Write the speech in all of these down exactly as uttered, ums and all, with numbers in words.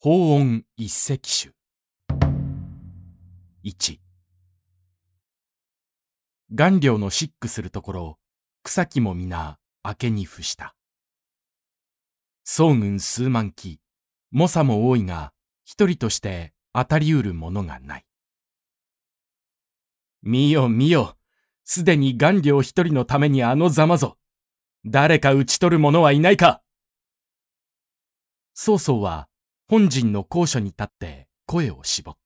法音一石種。いち、顔料の漆喰するところ、草木も皆明けに伏した。宋軍数万騎、猛者も多いが、一人として当たりうるものがない。見よ見よ、すでに顔料一人のためにあのざまぞ。誰か討ち取る者はいないか。曹操は本陣の高所に立って声を絞った。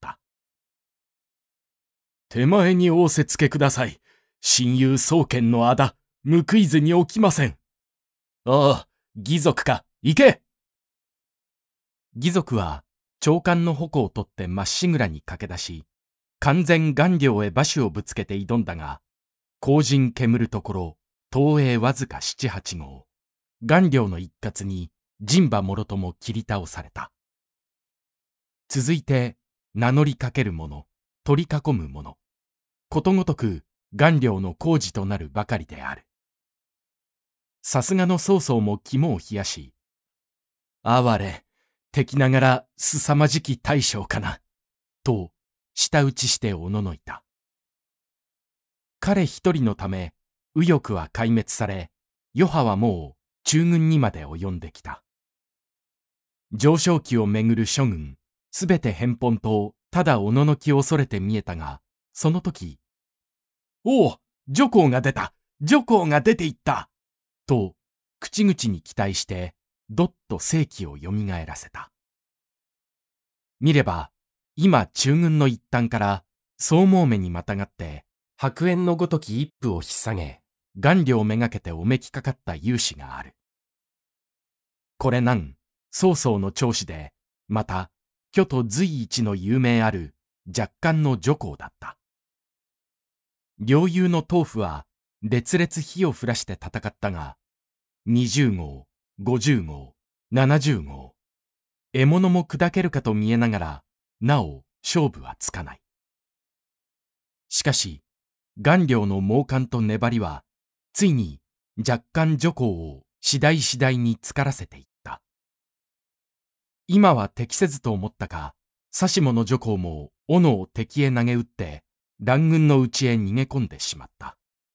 手前に仰せつけください。親友宗家の仇、報いずに起きません。おう、義賊か、行け。義賊は長官の矛を取ってまっしぐらに駆け出し、完全顔料へ馬首をぶつけて挑んだが、後陣煙るところ、東映わずか七八号、顔料の一括に陣馬もろとも切り倒された。続いて名乗りかける者、取り囲む者、ことごとく顔料の工事となるばかりである。さすがの曹操も肝を冷やし、哀れ、敵ながら凄まじき大将かな、と舌打ちしておののいた。彼一人のため、右翼は壊滅され、余波はもう中軍にまで及んできた。上昇期をめぐる諸軍、すべて返本とただおののき恐れて見えたが、その時、おお、徐行が出た、徐行が出ていった、と口々に期待して、どっと正気をよみがえらせた。見れば、今中軍の一端から総網目にまたがって、白煙のごとき一夫を引っ提げ、顔料めがけておめきかかった勇士がある。これなん曹操の長子で、また巨都随一の有名ある若干の徐行だった。両雄の頭府は烈烈火を降らして戦ったが、二十号、五十号、七十号、獲物も砕けるかと見えながら、なお勝負はつかない。しかし、顔料の猛敢と粘りは、ついに若干徐行を次第次第につからせていった。今は敵せずと思ったか、指し物徐行も斧を敵へ投げ打って、乱軍の内へ逃げ込んでしまった。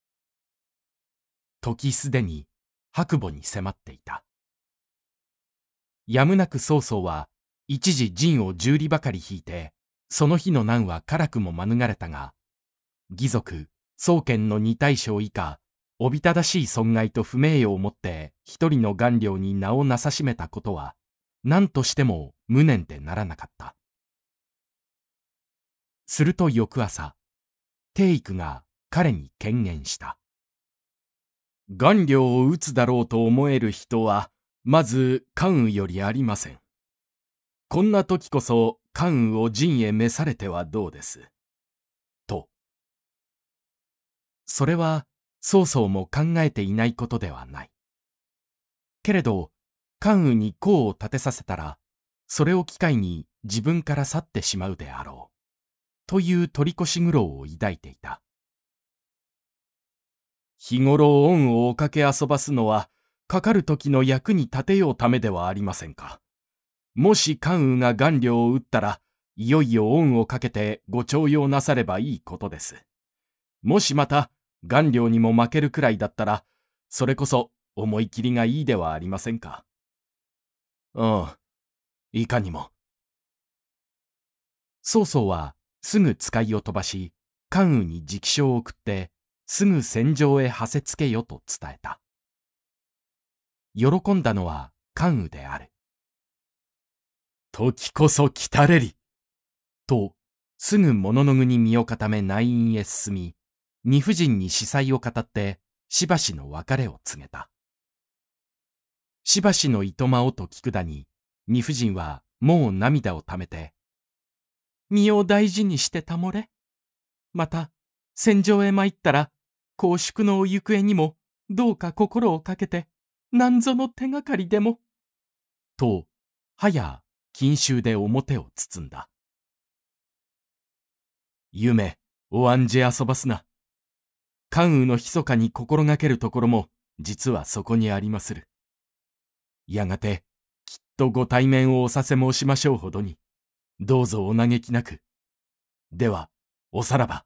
時すでに白母に迫っていた。やむなく曹操は、一時陣を十里ばかり引いて、その日の難は辛くも免れたが、義賊、宗家の二大将以下、おびただしい損害と不名誉をもって一人の顔料に名をなさしめたことは、何としても無念でならなかった。すると翌朝、帝育が彼に権限した。顔料を討つだろうと思える人は、まず関羽よりありません。こんな時こそ関羽を陣へ召されてはどうです。と。それは曹操も考えていないことではない。けれど、関羽に功を立てさせたら、それを機会に自分から去ってしまうであろう。という取り越し苦労を抱いていた。日頃恩をおかけ遊ばすのは、かかる時の役に立てようためではありませんか。もし関羽が顔料を打ったら、いよいよ恩をかけてご重用なさればいいことです。もしまた顔料にも負けるくらいだったら、それこそ思い切りがいいではありませんか。うん、いかにも。曹操はすぐ使いを飛ばし、関羽に直書を送って、すぐ戦場へはせつけよと伝えた。喜んだのは関羽である。時こそ来たれり。と、すぐ物の具に身を固め内院へ進み、二夫人に司祭を語って、しばしの別れを告げた。しばしのいとまをと聞くだに、二夫人はもう涙をためて、身を大事にしてたもれ。また、戦場へ参ったら、公祝のお行方にも、どうか心をかけて、なんぞの手がかりでも。と、はや、錦繍で表を包んだ。夢、お案じ遊ばすな。関羽の密かに心がけるところも、実はそこにありまする。やがて、きっとご対面をおさせ申しましょうほどに、どうぞお嘆きなく。では、おさらば。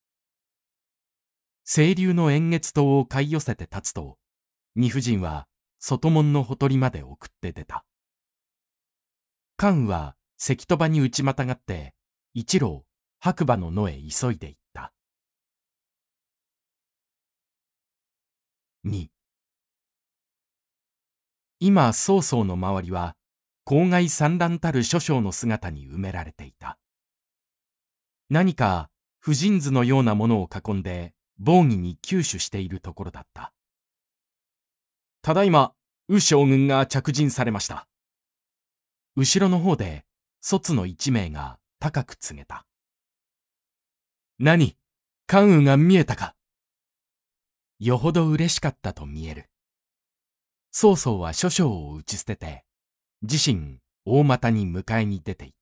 清流の円月島を買い寄せて立つと、二夫人は外門のほとりまで送って出た。関羽は関戸場に打ちまたがって、一路白馬の野へ急いで行った。に今曹操の周りは郊外散乱たる諸将の姿に埋められていた。何か婦人図のようなものを囲んで防御に急手しているところだった。ただいま右将軍が着陣されました。後ろの方で卒の一名が高く告げた。何、関羽が見えたか。よほど嬉しかったと見える。曹操は諸将を打ち捨てて、自身大股に迎えに出て行った。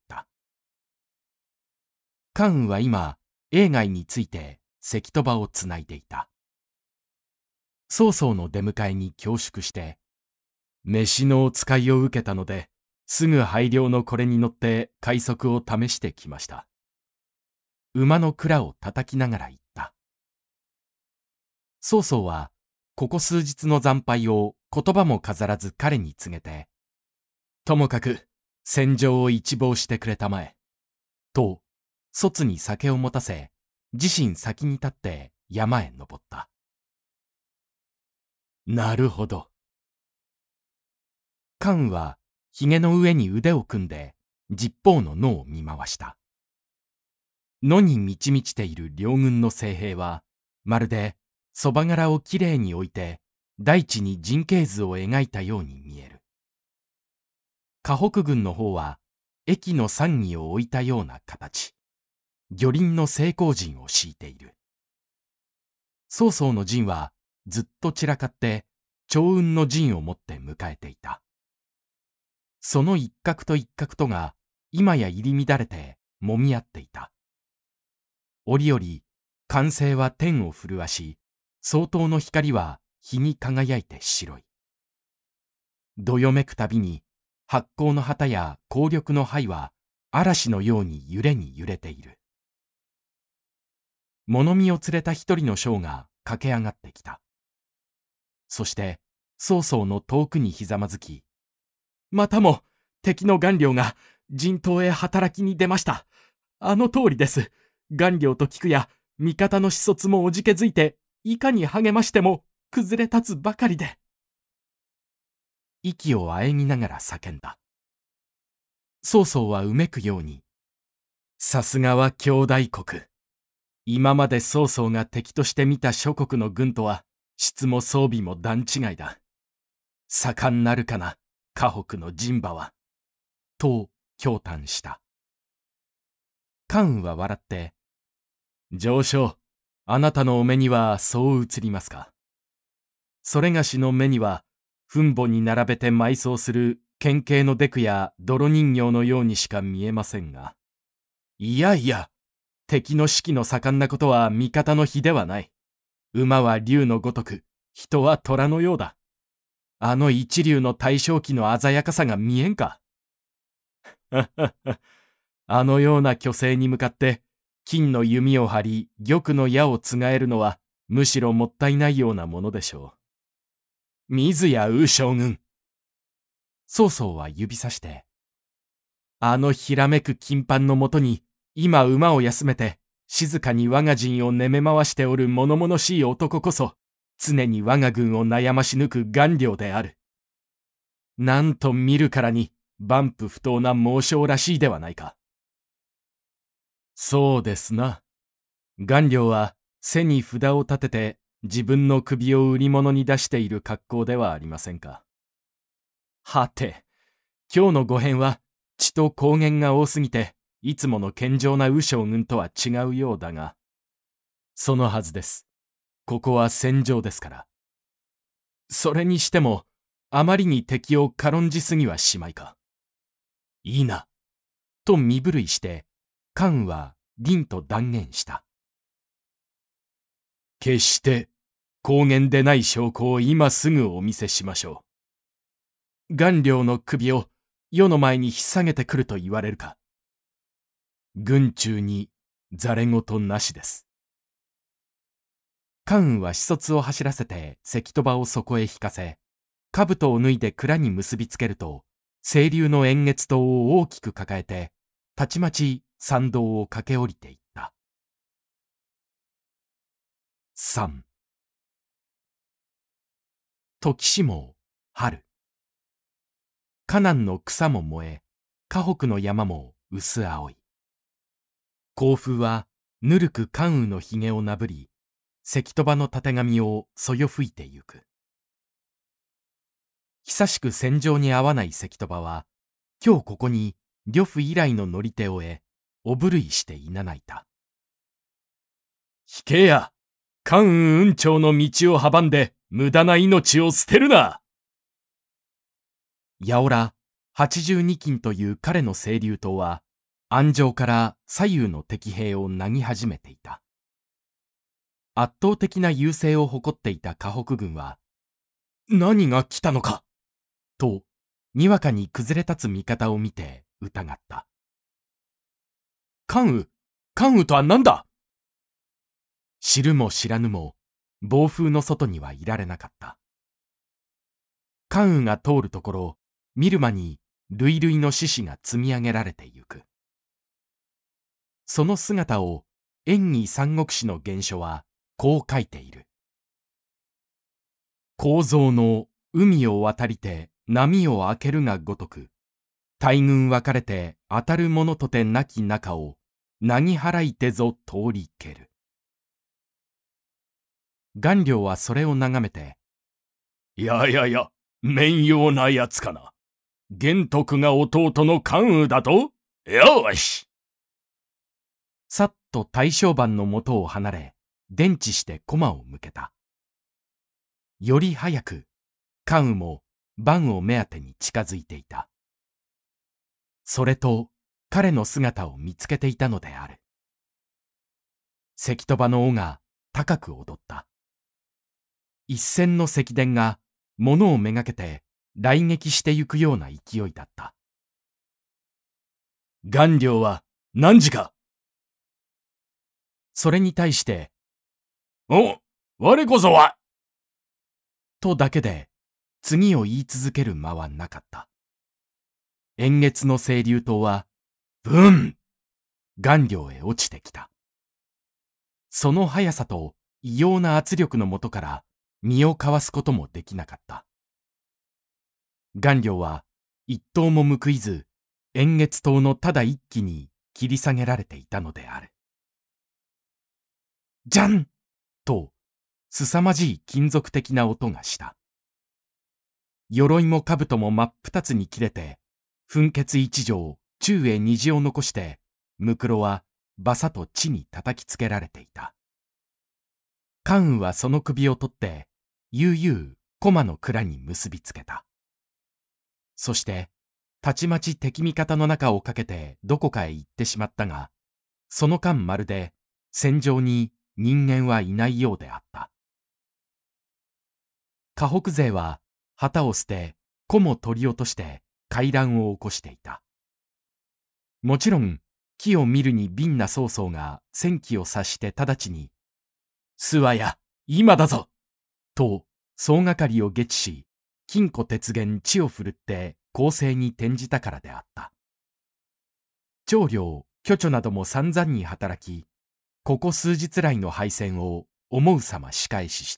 関羽は今、営外について関戸場をつないでいた。曹操の出迎えに恐縮して、飯のお使いを受けたので、すぐ拝領のこれに乗って快速を試してきました。馬の蔵を叩きながら言った。曹操は、ここ数日の惨敗を言葉も飾らず彼に告げて、ともかく戦場を一望してくれたまえ、と、卒に酒を持たせ、自身先に立って山へ登った。なるほど。関羽は、髭の上に腕を組んで、十方の野を見回した。野に満ち満ちている両軍の精兵は、まるで、そば殻をきれいに置いて、大地に陣形図を描いたように見える。河北軍の方は、駅の山儀を置いたような形。魚鱗の成功陣を敷いている。曹操の陣は、ずっと散らかって、趙雲の陣を持って迎えていた。その一角と一角とが、今や入り乱れて、揉み合っていた。折々、歓声は天を震わし、総統の光は日に輝いて白い。どよめくたびに、発光の旗や紅緑の灰は嵐のように揺れに揺れている。物見を連れた一人の将が駆け上がってきた。そして、曹操の遠くにひざまずき、またも敵の顔料が陣頭へ働きに出ました。あの通りです。顔料と聞くや、味方の子息もおじけづいて、いかに励ましても崩れ立つばかりで。息をあえぎながら叫んだ。曹操はうめくように、さすがは兄弟国。今まで曹操が敵として見た諸国の軍とは、質も装備も段違いだ。盛んなるかな、河北の陣馬は。と驚嘆した。関羽は笑って、上昇、あなたのお目にはそう映りますか。それがしの目には、墳墓に並べて埋葬する剣形のデクや泥人形のようにしか見えませんが。いやいや、敵の士気の盛んなことは味方の比ではない。馬は竜のごとく、人は虎のようだ。あの一竜の大正気の鮮やかさが見えんか。あのような巨星に向かって、金の弓を張り、玉の矢をつがえるのは、むしろもったいないようなものでしょう。水谷右将軍。曹操は指さして、あのひらめく金板のもとに、今馬を休めて、静かに我が陣を寝め回しておる物々しい男こそ、常に我が軍を悩まし抜く顔料である。なんと見るからに、万夫不当な猛将らしいではないか。そうですな。顔料は背に札を立てて自分の首を売り物に出している格好ではありませんか。はて、今日のご変は血と光源が多すぎて、いつもの健常な右将軍とは違うようだが、そのはずです。ここは戦場ですから。それにしても、あまりに敵を軽んじすぎはしまいか。いいな。と身震いして、関羽は凛と断言した。決して、公言でない証拠を今すぐお見せしましょう。顔料の首を世の前に引っ提げてくると言われるか。軍中にざれ言なしです。関羽は使卒を走らせて関戸場をそこへ引かせ、兜を脱いで蔵に結びつけると、清流の円月刀を大きく抱えて、たちまち参道を駆け下りていった。さん時しも春。河南の草も燃え、河北の山も薄青い。甲風はぬるく関羽のひげをなぶり、関戸場のたてがみをそよ吹いてゆく。久しく戦場に合わない関戸場は、今日ここに呂布以来の乗り手を得、おぶるいしていなないた。引けや、関羽雲長の道を阻んで無駄な命を捨てるな。やおら八十二金という彼の清流刀は、安城から左右の敵兵をなぎ始めていた。圧倒的な優勢を誇っていた河北軍は、何が来たのかと、にわかに崩れ立つ味方を見て疑った。関羽、関羽とは何だ。知るも知らぬも、暴風の外にはいられなかった。関羽が通るところ、見る間に累々の獅子が積み上げられてゆく。その姿を、演義三国志の原書は、こう書いている。構造の海を渡りて波を開けるがごとく、大軍分かれて当たる者とてなき中を、なぎ払いてぞ通りける。顔料はそれを眺めて、いやいやいや、面妖なやつかな。玄徳が弟の関羽だと。よーし。さっと大正番のもとを離れ、電池して駒を向けた。より早く、関羽も番を目当てに近づいていた。それと彼の姿を見つけていたのである。関戸場の尾が高く踊った。一線の赤電が物をめがけて来撃してゆくような勢いだった。顔料は何時か。それに対して、お、我こそはとだけで次を言い続ける間はなかった。円月の清流刀はブン顔料へ落ちてきた。その速さと異様な圧力のもとから身をかわすこともできなかった。顔料は一刀も報いず、円月刀のただ一気に切り下げられていたのである。じゃんと、凄まじい金属的な音がした。鎧も兜も真っ二つに切れて、噴血一条、宙へ虹を残して、むくろはバサと地に叩きつけられていた。関羽はその首を取って、悠々駒の蔵に結びつけた。そして、たちまち敵味方の中をかけてどこかへ行ってしまったが、その間まるで戦場に人間はいないようであった。河北勢は旗を捨て、帆も取り落として回覧を起こしていた。もちろん、木を見るに敏な曹操が戦機を察して直ちに、諏訪や、今だぞと総がかりを下知し、金庫鉄弦地を振るって攻勢に転じたからであった。長領、巨著なども散々に働き、ここ数日来の敗戦を思うさま仕返しした。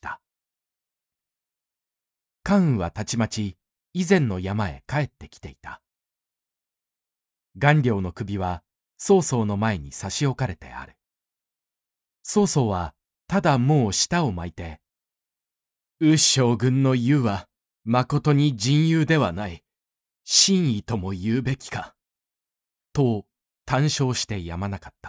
関羽はたちまち以前の山へ帰ってきていた。顔料の首は曹操の前に差し置かれてある。曹操はただもう舌を巻いて、右将軍の言うはまことに人勇ではない、真意とも言うべきか、と短笑してやまなかった。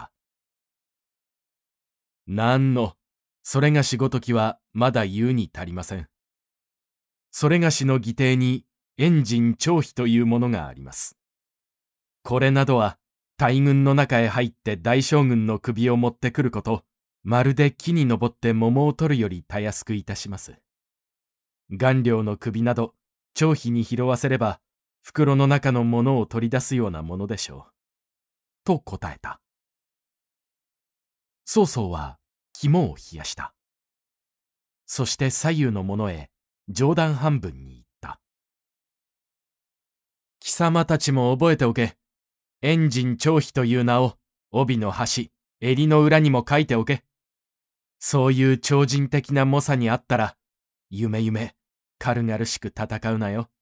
なんの、それがしごときはまだ言うに足りません。それがしの義弟に援陣張飛というものがあります。これなどは大軍の中へ入って大将軍の首を持ってくること、まるで木に登って桃を取るよりたやすくいたします。顔料の首など張飛に拾わせれば、 袋の中のものを取り出すようなものでしょう。と答えた。曹操は肝を冷やした。そして左右の者へ冗談半分に言った。貴様たちも覚えておけ。円仁張飛という名を帯の端、襟の裏にも書いておけ。そういう超人的な猛者にあったら、ゆめゆめ軽々しく戦うなよ。